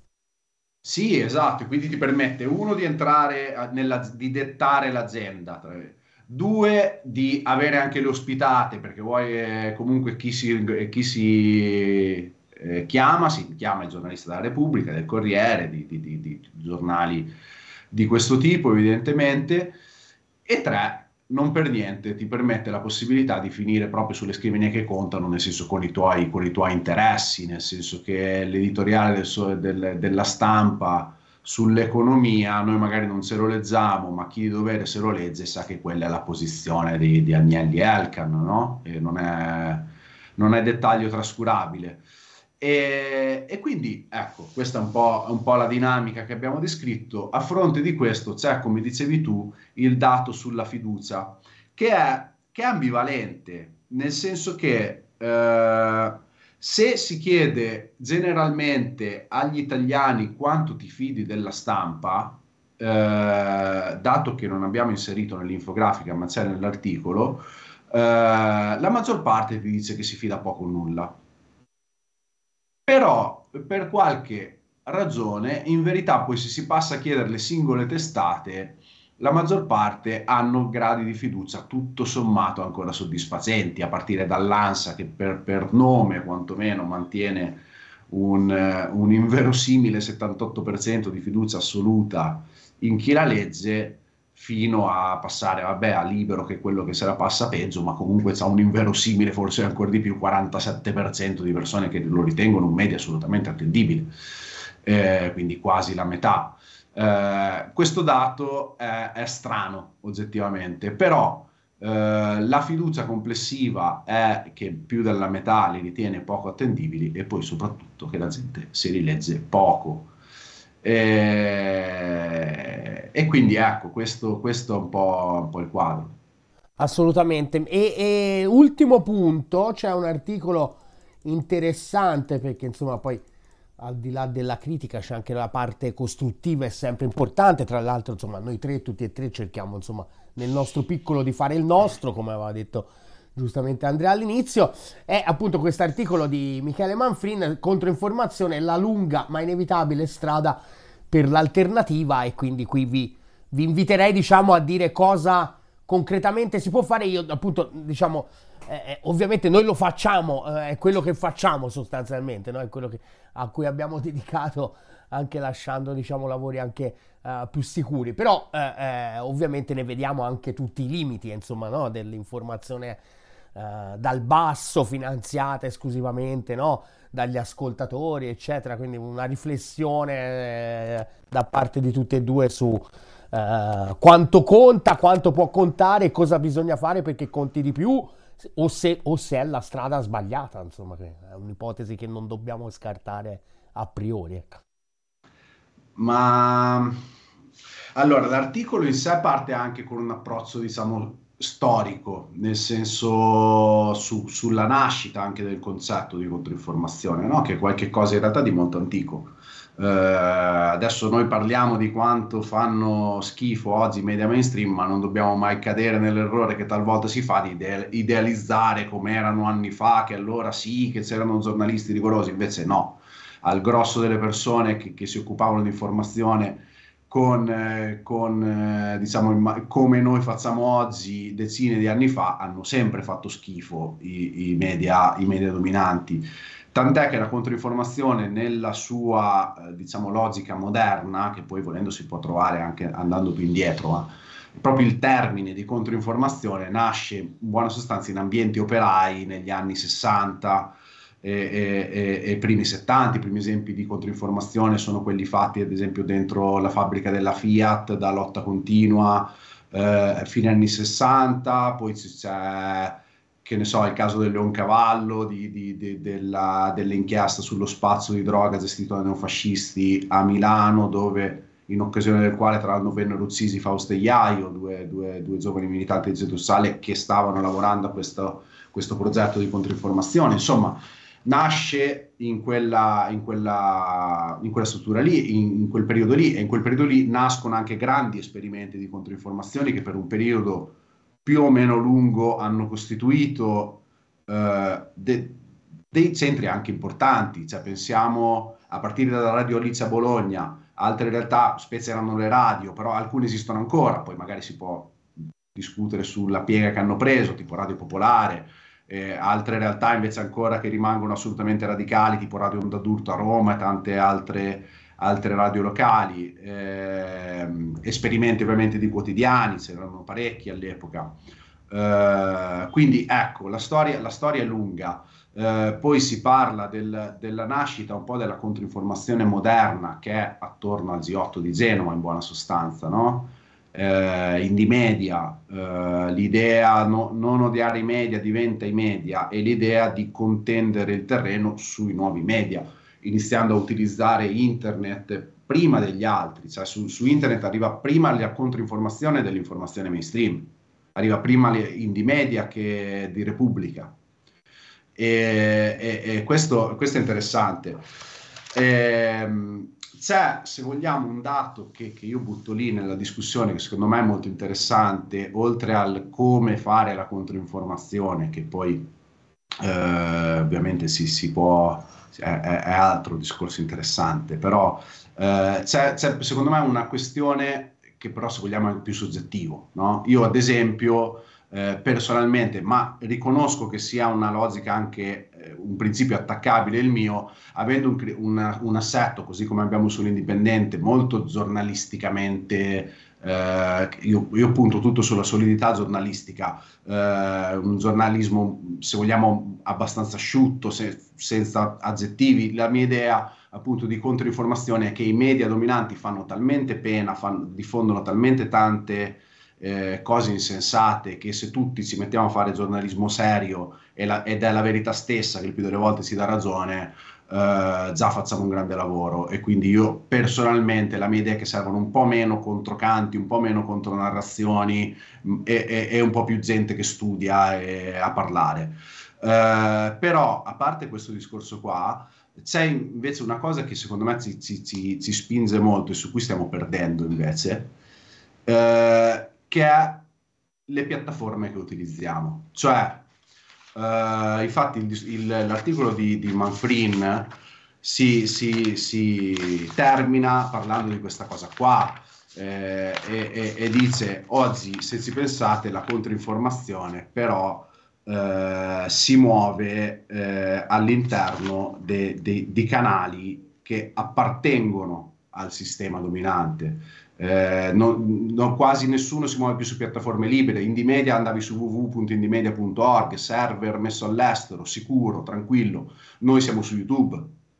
[SPEAKER 3] Sì, esatto, quindi ti permette, uno, di entrare di dettare l'agenda Due, di avere anche le ospitate, perché vuoi comunque chi si chiama, si chiama il giornalista della Repubblica, del Corriere, di giornali di questo tipo, evidentemente. E tre, non per niente ti permette la possibilità di finire proprio sulle scrivanie che contano, nel senso con i tuoi interessi, nel senso che l'editoriale della Stampa sull'economia, noi magari non se lo leggiamo, ma chi di dovere se lo legge sa che quella è la posizione di Agnelli Elkann, no? E non è dettaglio trascurabile. E quindi, ecco, questa è un po' la dinamica che abbiamo descritto. A fronte di questo c'è, come dicevi tu, il dato sulla fiducia, che è ambivalente, nel senso che se si chiede generalmente agli italiani quanto ti fidi della Stampa, dato che non abbiamo inserito nell'infografica ma c'è nell'articolo, la maggior parte ti dice che si fida poco o nulla. Però per qualche ragione, in verità, poi se si passa a chiedere le singole testate, la maggior parte hanno gradi di fiducia tutto sommato ancora soddisfacenti, a partire dall'ANSA che per nome quantomeno mantiene un inverosimile 78% di fiducia assoluta in chi la legge, fino a passare, vabbè, a Libero, che è quello che se la passa peggio, ma comunque c'ha un inverosimile, forse ancora di più, 47% di persone che lo ritengono un media assolutamente attendibile, quindi quasi la metà. Questo dato è strano oggettivamente, però la fiducia complessiva è che più della metà li ritiene poco attendibili, e poi soprattutto che la gente si rilegge poco. E quindi ecco, questo è un po' il quadro.
[SPEAKER 2] Assolutamente. E ultimo punto, c'è un articolo interessante perché insomma poi al di là della critica c'è anche la parte costruttiva, è sempre importante. Tra l'altro insomma noi tre, tutti e tre cerchiamo insomma nel nostro piccolo di fare il nostro, come aveva detto giustamente Andrea all'inizio. È appunto questo articolo di Michele Manfrin, Controinformazione, la lunga ma inevitabile strada per l'alternativa, e quindi qui vi inviterei diciamo a dire cosa concretamente si può fare. Io appunto diciamo ovviamente noi lo facciamo, è quello che facciamo sostanzialmente, no? È quello a cui abbiamo dedicato, anche lasciando diciamo lavori anche più sicuri, però ovviamente ne vediamo anche tutti i limiti insomma, no? Dell'informazione dal basso, finanziata esclusivamente, no? Dagli ascoltatori eccetera, quindi una riflessione da parte di tutte e due su quanto conta, quanto può contare e cosa bisogna fare perché conti di più, o se è la strada sbagliata, insomma, che è un'ipotesi che non dobbiamo scartare a priori. Ecco.
[SPEAKER 3] Ma allora, l'articolo in sé parte anche con un approccio, diciamo, storico, nel senso sulla nascita anche del concetto di controinformazione, no? Che è qualche cosa in realtà di molto antico. Adesso noi parliamo di quanto fanno schifo oggi i media mainstream, ma non dobbiamo mai cadere nell'errore che talvolta si fa di idealizzare come erano anni fa, che allora sì, che c'erano giornalisti rigorosi, invece no. Al grosso delle persone che si occupavano di informazione diciamo, come noi facciamo oggi, decine di anni fa, hanno sempre fatto schifo i media dominanti. Tant'è che la controinformazione nella sua, diciamo, logica moderna, che poi volendo si può trovare anche andando più indietro, proprio il termine di controinformazione nasce in buona sostanza in ambienti operai negli anni 60 e primi 70. I primi esempi di controinformazione sono quelli fatti ad esempio dentro la fabbrica della Fiat, da lotta continua, fine anni 60, poi c'è, che ne so, il caso del Leoncavallo, dell'inchiesta sullo spazio di droga gestito dai neofascisti a Milano, dove in occasione del quale tra l'altro vennero uccisi Fausto e Iaio, due giovani militanti di Getussale che stavano lavorando a questo progetto di controinformazione. Insomma, nasce in quella struttura lì, in quel periodo lì, e in quel periodo lì nascono anche grandi esperimenti di controinformazioni che per un periodo più o meno lungo hanno costituito dei centri anche importanti. Cioè, pensiamo a partire dalla Radio Alice a Bologna, altre realtà, specie erano le radio, però alcune esistono ancora, poi magari si può discutere sulla piega che hanno preso, tipo Radio Popolare, altre realtà invece ancora che rimangono assolutamente radicali, tipo Radio Onda d'Urto a Roma e tante altre radio locali, esperimenti ovviamente di quotidiani, c'erano parecchi all'epoca. Quindi ecco, la storia è lunga. Poi si parla della nascita un po' della controinformazione moderna, che è attorno al G8 di Genova, in buona sostanza, no? Indie media, l'idea non odiare i media, diventa i media, e l'idea di contendere il terreno sui nuovi media, iniziando a utilizzare internet prima degli altri, cioè su internet arriva prima la controinformazione dell'informazione mainstream, arriva prima indie media che di Repubblica, e questo è interessante. C'è, se vogliamo, un dato che io butto lì nella discussione, che secondo me è molto interessante, oltre al come fare la controinformazione, che poi ovviamente si può, è altro discorso interessante, però c'è secondo me una questione che però, se vogliamo, è più soggettivo, no? Io ad esempio personalmente, ma riconosco che sia una logica anche un principio attaccabile il mio, avendo un assetto, così come abbiamo sull'Indipendente, molto giornalisticamente, io punto tutto sulla solidità giornalistica, un giornalismo, se vogliamo, abbastanza asciutto, senza aggettivi. La mia idea appunto di controinformazione è che i media dominanti fanno talmente pena, diffondono talmente tante cose insensate, che se tutti ci mettiamo a fare giornalismo serio ed è la verità stessa che il più delle volte ci dà ragione, già facciamo un grande lavoro. E quindi io personalmente, la mia idea è che servono un po' meno controcanti, un po' meno contronarrazioni, e un po' più gente che studia a parlare. Però, a parte questo discorso qua, c'è invece una cosa che secondo me ci spinge molto e su cui stiamo perdendo invece, che è le piattaforme che utilizziamo. Cioè, infatti l'articolo di Manfrin si termina parlando di questa cosa qua, e dice: oggi, se ci pensate, la controinformazione però si muove all'interno di canali che appartengono al sistema dominante. Quasi nessuno si muove più su piattaforme libere. Indie Media, andavi su www.indiemedia.org, server messo all'estero, sicuro, tranquillo. Noi siamo su YouTube.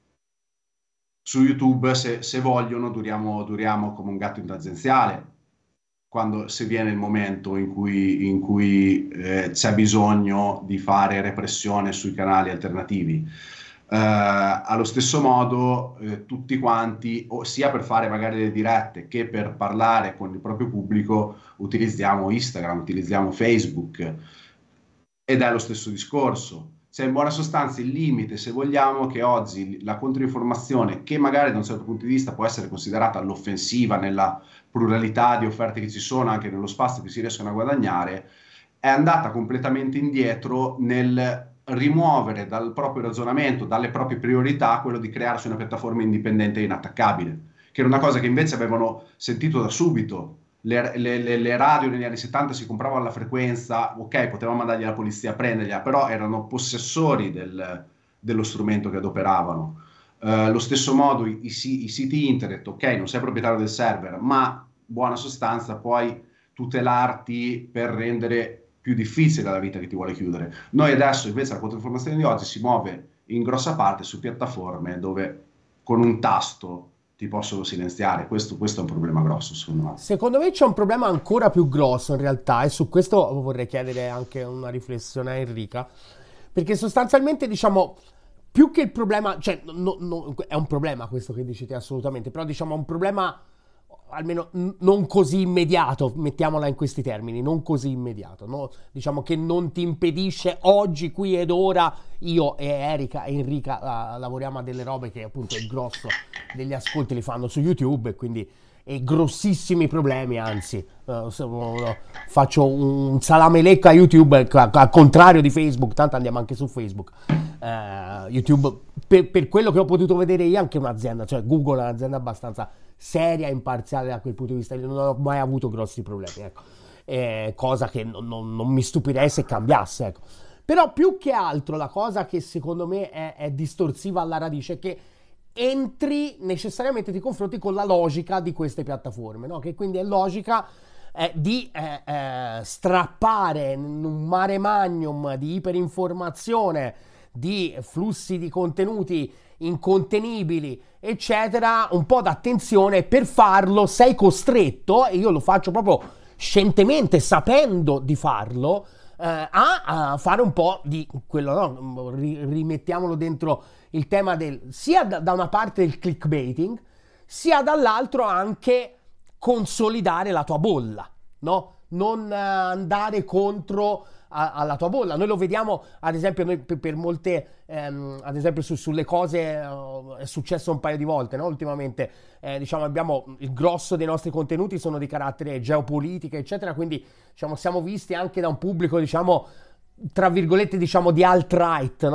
[SPEAKER 3] Su YouTube, se vogliono, duriamo come un gatto in tangenziale, se viene il momento in cui c'è bisogno di fare repressione sui canali alternativi. Allo stesso modo, tutti quanti, sia per fare magari le dirette che per parlare con il proprio pubblico, utilizziamo Instagram, utilizziamo Facebook, ed è lo stesso discorso. C'è in buona sostanza il limite, se vogliamo, che oggi la controinformazione, che magari da un certo punto di vista può essere considerata all'offensiva nella pluralità di offerte che ci sono, anche nello spazio che si riescono a guadagnare, è andata completamente indietro nel rimuovere dal proprio ragionamento, dalle proprie priorità, quello di crearsi una piattaforma indipendente e inattaccabile, che era una cosa che invece avevano sentito da subito. Le radio negli anni 70 si compravano la frequenza, ok, potevamo mandargli la polizia a prenderla, però erano possessori dello strumento che adoperavano. Lo stesso modo i siti internet, ok, non sei proprietario del server, ma buona sostanza puoi tutelarti per rendere più difficile la vita che ti vuole chiudere. Noi adesso invece la controinformazione di oggi si muove in grossa parte su piattaforme dove con un tasto ti possono silenziare. Questo è un problema grosso, secondo me.
[SPEAKER 2] Secondo me c'è un problema ancora più grosso in realtà, e su questo vorrei chiedere anche una riflessione a Enrica, perché sostanzialmente, diciamo, più che il problema, cioè è un problema questo che dici te, assolutamente, però diciamo un problema almeno non così immediato, mettiamola in questi termini, non così immediato, no? Diciamo che non ti impedisce oggi, qui ed ora, io e Enrica lavoriamo a delle robe che appunto il grosso degli ascolti li fanno su YouTube, e quindi grossissimi problemi, anzi faccio un salame lecco a YouTube, al contrario di Facebook, tanto andiamo anche su Facebook. YouTube, per quello che ho potuto vedere io, anche un'azienda, cioè Google è un'azienda abbastanza seria e imparziale da quel punto di vista, io non ho mai avuto grossi problemi, ecco. cosa che non mi stupirei se cambiasse, ecco. Però più che altro la cosa che secondo me è distorsiva alla radice è che entri necessariamente, ti confronti con la logica di queste piattaforme, no? Che quindi è logica di strappare in un mare magnum di iperinformazione, di flussi di contenuti incontenibili, eccetera, un po' d'attenzione. Per farlo sei costretto, e io lo faccio proprio scientemente, sapendo di farlo, a fare un po' di quello, no? Rimettiamolo dentro il tema del sia da una parte del clickbaiting, sia dall'altro anche consolidare la tua bolla, no? Non andare contro alla tua bolla. Noi lo vediamo, ad esempio, noi per molte, ad esempio sulle cose è successo un paio di volte, no? Ultimamente, diciamo, abbiamo il grosso dei nostri contenuti sono di carattere geopolitica, eccetera, quindi diciamo siamo visti anche da un pubblico, diciamo, tra virgolette, diciamo, di alt-right,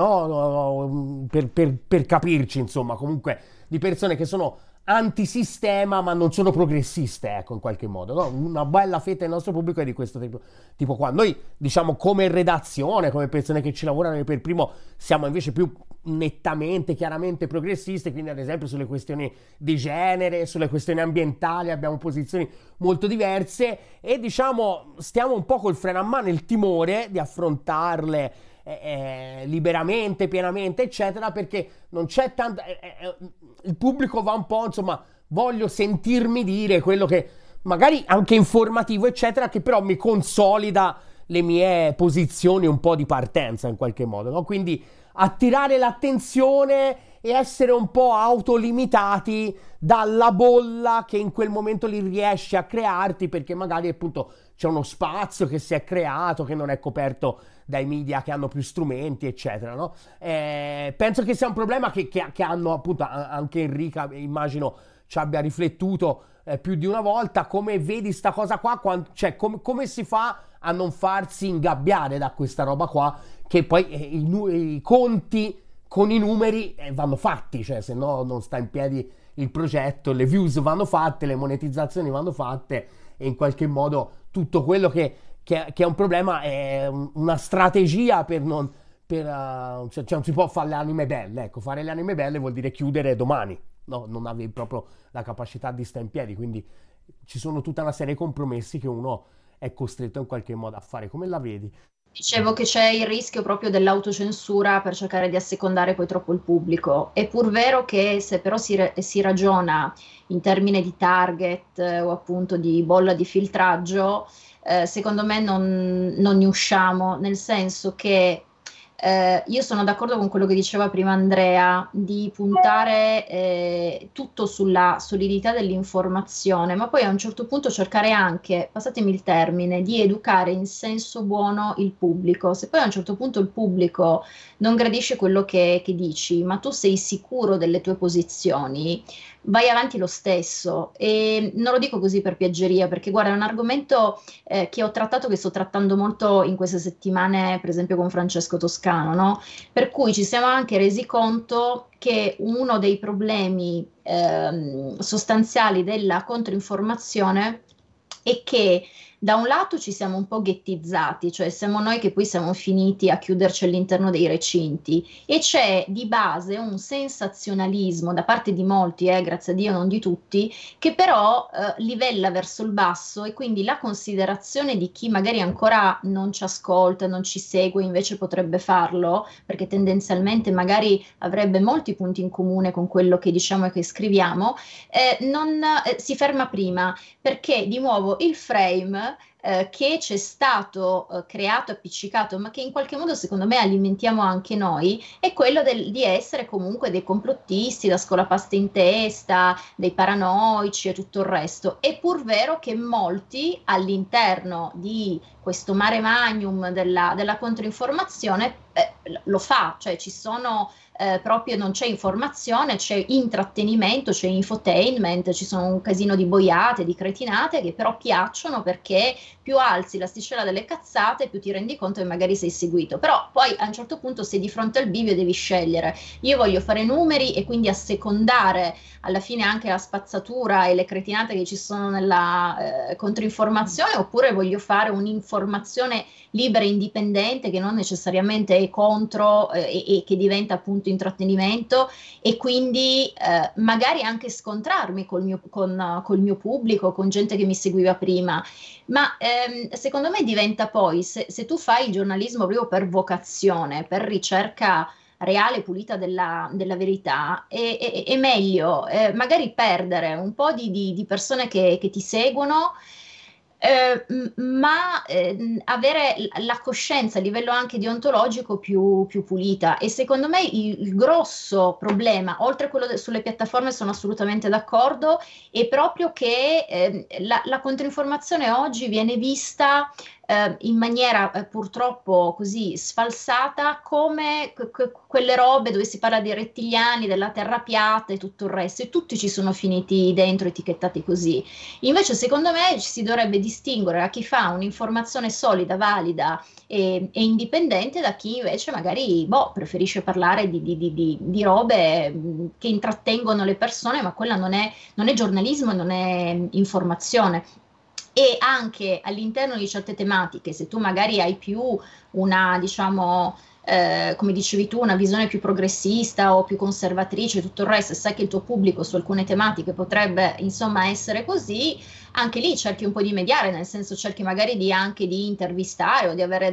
[SPEAKER 2] no? Per capirci, insomma, comunque di persone che sono antisistema ma non sono progressiste, ecco, in qualche modo, no? Una bella fetta del nostro pubblico è di questo tipo qua. Noi, diciamo, come redazione, come persone che ci lavorano per primo, siamo invece più nettamente, chiaramente progressiste, quindi ad esempio sulle questioni di genere, sulle questioni ambientali abbiamo posizioni molto diverse e, diciamo, stiamo un po' col freno a mano, il timore di affrontarle liberamente, pienamente, eccetera, perché non c'è tanta... il pubblico va un po', insomma, voglio sentirmi dire quello che magari anche informativo, eccetera, che però mi consolida le mie posizioni un po' di partenza in qualche modo, no? Quindi attirare l'attenzione e essere un po' autolimitati dalla bolla che in quel momento li riesci a crearti, perché magari appunto c'è uno spazio che si è creato, che non è coperto dai media che hanno più strumenti, eccetera, no? Penso che sia un problema che hanno appunto anche Enrica, immagino ci abbia riflettuto più di una volta. Come vedi sta cosa qua, cioè come si fa a non farsi ingabbiare da questa roba qua, che poi i conti con i numeri vanno fatti, cioè se no non sta in piedi il progetto, le views vanno fatte, le monetizzazioni vanno fatte e in qualche modo tutto quello che è un problema è una strategia per non... cioè non si può fare le anime belle, ecco, fare le anime belle vuol dire chiudere domani, no? Non avevi proprio la capacità di stare in piedi, quindi ci sono tutta una serie di compromessi che uno è costretto in qualche modo a fare. Come la vedi?
[SPEAKER 1] Dicevo che c'è il rischio proprio dell'autocensura per cercare di assecondare poi troppo il pubblico. È pur vero che se però si ragiona in termini di target o appunto di bolla di filtraggio, secondo me non ne usciamo, nel senso che io sono d'accordo con quello che diceva prima Andrea, di puntare tutto sulla solidità dell'informazione, ma poi a un certo punto cercare anche, passatemi il termine, di educare in senso buono il pubblico. Se poi a un certo punto il pubblico non gradisce quello che dici, ma tu sei sicuro delle tue posizioni, vai avanti lo stesso. E non lo dico così per piaggeria, perché guarda, è un argomento che ho trattato, che sto trattando molto in queste settimane, per esempio con Francesco Toscano, no? Per cui ci siamo anche resi conto che uno dei problemi sostanziali della controinformazione è che da un lato ci siamo un po' ghettizzati, cioè siamo noi che poi siamo finiti a chiuderci all'interno dei recinti, e c'è di base un sensazionalismo da parte di molti, grazie a Dio non di tutti, che però livella verso il basso, e quindi la considerazione di chi magari ancora non ci ascolta, non ci segue, invece potrebbe farlo, perché tendenzialmente magari avrebbe molti punti in comune con quello che diciamo e che scriviamo, non si ferma prima, perché di nuovo il frame che c'è stato creato, appiccicato, ma che in qualche modo secondo me alimentiamo anche noi, è quello di essere comunque dei complottisti da scolapasta in testa, dei paranoici e tutto il resto. È pur vero che molti all'interno di questo mare magnum della controinformazione lo fa, cioè ci sono proprio non c'è informazione, c'è intrattenimento, c'è infotainment, ci sono un casino di boiate, di cretinate che però piacciono, perché più alzi l'asticella delle cazzate più ti rendi conto che magari sei seguito. Però poi a un certo punto sei di fronte al bivio e devi scegliere: io voglio fare numeri e quindi assecondare alla fine anche la spazzatura e le cretinate che ci sono nella controinformazione, oppure voglio fare un'informazione libera e indipendente che non necessariamente è contro e che diventa appunto intrattenimento, e quindi magari anche scontrarmi col mio pubblico, con gente che mi seguiva prima. Ma secondo me diventa poi, se tu fai il giornalismo proprio per vocazione, per ricerca reale, pulita della verità, è meglio magari perdere un po' di persone che ti seguono, ma avere la coscienza a livello anche deontologico più pulita. E secondo me il grosso problema, oltre a quello sulle piattaforme, sono assolutamente d'accordo, è proprio che la controinformazione oggi viene vista in maniera purtroppo così sfalsata, come quelle robe dove si parla dei rettiliani, della terra piatta e tutto il resto, e tutti ci sono finiti dentro, etichettati così. Invece secondo me ci si dovrebbe distinguere a chi fa un'informazione solida, valida e indipendente, da chi invece magari preferisce parlare di robe che intrattengono le persone, ma quella non è giornalismo, non è informazione. E anche all'interno di certe tematiche, se tu magari hai più una, diciamo, come dicevi tu, una visione più progressista o più conservatrice e tutto il resto, e sai che il tuo pubblico su alcune tematiche potrebbe insomma essere così, anche lì cerchi un po' di mediare, nel senso cerchi magari anche di intervistare o di avere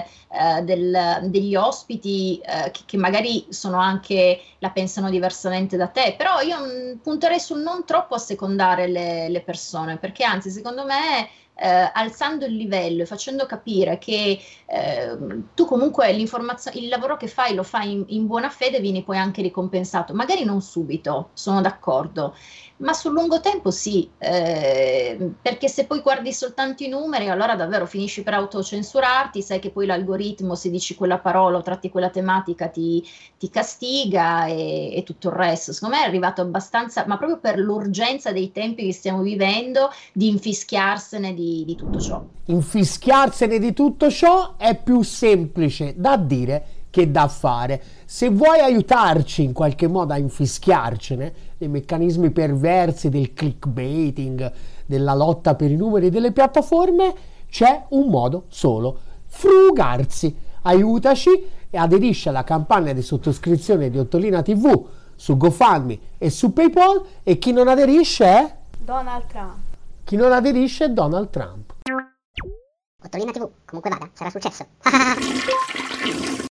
[SPEAKER 1] degli ospiti che magari sono anche, la pensano diversamente da te. Però io punterei sul non troppo assecondare le persone, perché anzi secondo me alzando il livello e facendo capire che tu comunque il lavoro che fai lo fai in buona fede, vieni poi anche ricompensato, magari non subito, sono d'accordo, ma sul lungo tempo sì, perché se poi guardi soltanto i numeri, allora davvero finisci per autocensurarti, sai che poi l'algoritmo, se dici quella parola o tratti quella tematica, ti castiga e tutto il resto. Secondo me è arrivato abbastanza, ma proprio per l'urgenza dei tempi che stiamo vivendo, di infischiarsene di tutto ciò.
[SPEAKER 2] Infischiarsene di tutto ciò è più semplice da dire che da fare. Se vuoi aiutarci in qualche modo a infischiarcene dei meccanismi perversi del clickbaiting, della lotta per i numeri delle piattaforme, c'è un modo solo: frugarsi. Aiutaci e aderisci alla campagna di sottoscrizione di Ottolina TV su GoFundMe e su PayPal, e chi non aderisce è
[SPEAKER 4] Donald Trump.
[SPEAKER 2] Chi non aderisce è Donald Trump.
[SPEAKER 5] Ottolina TV, comunque vada, sarà successo.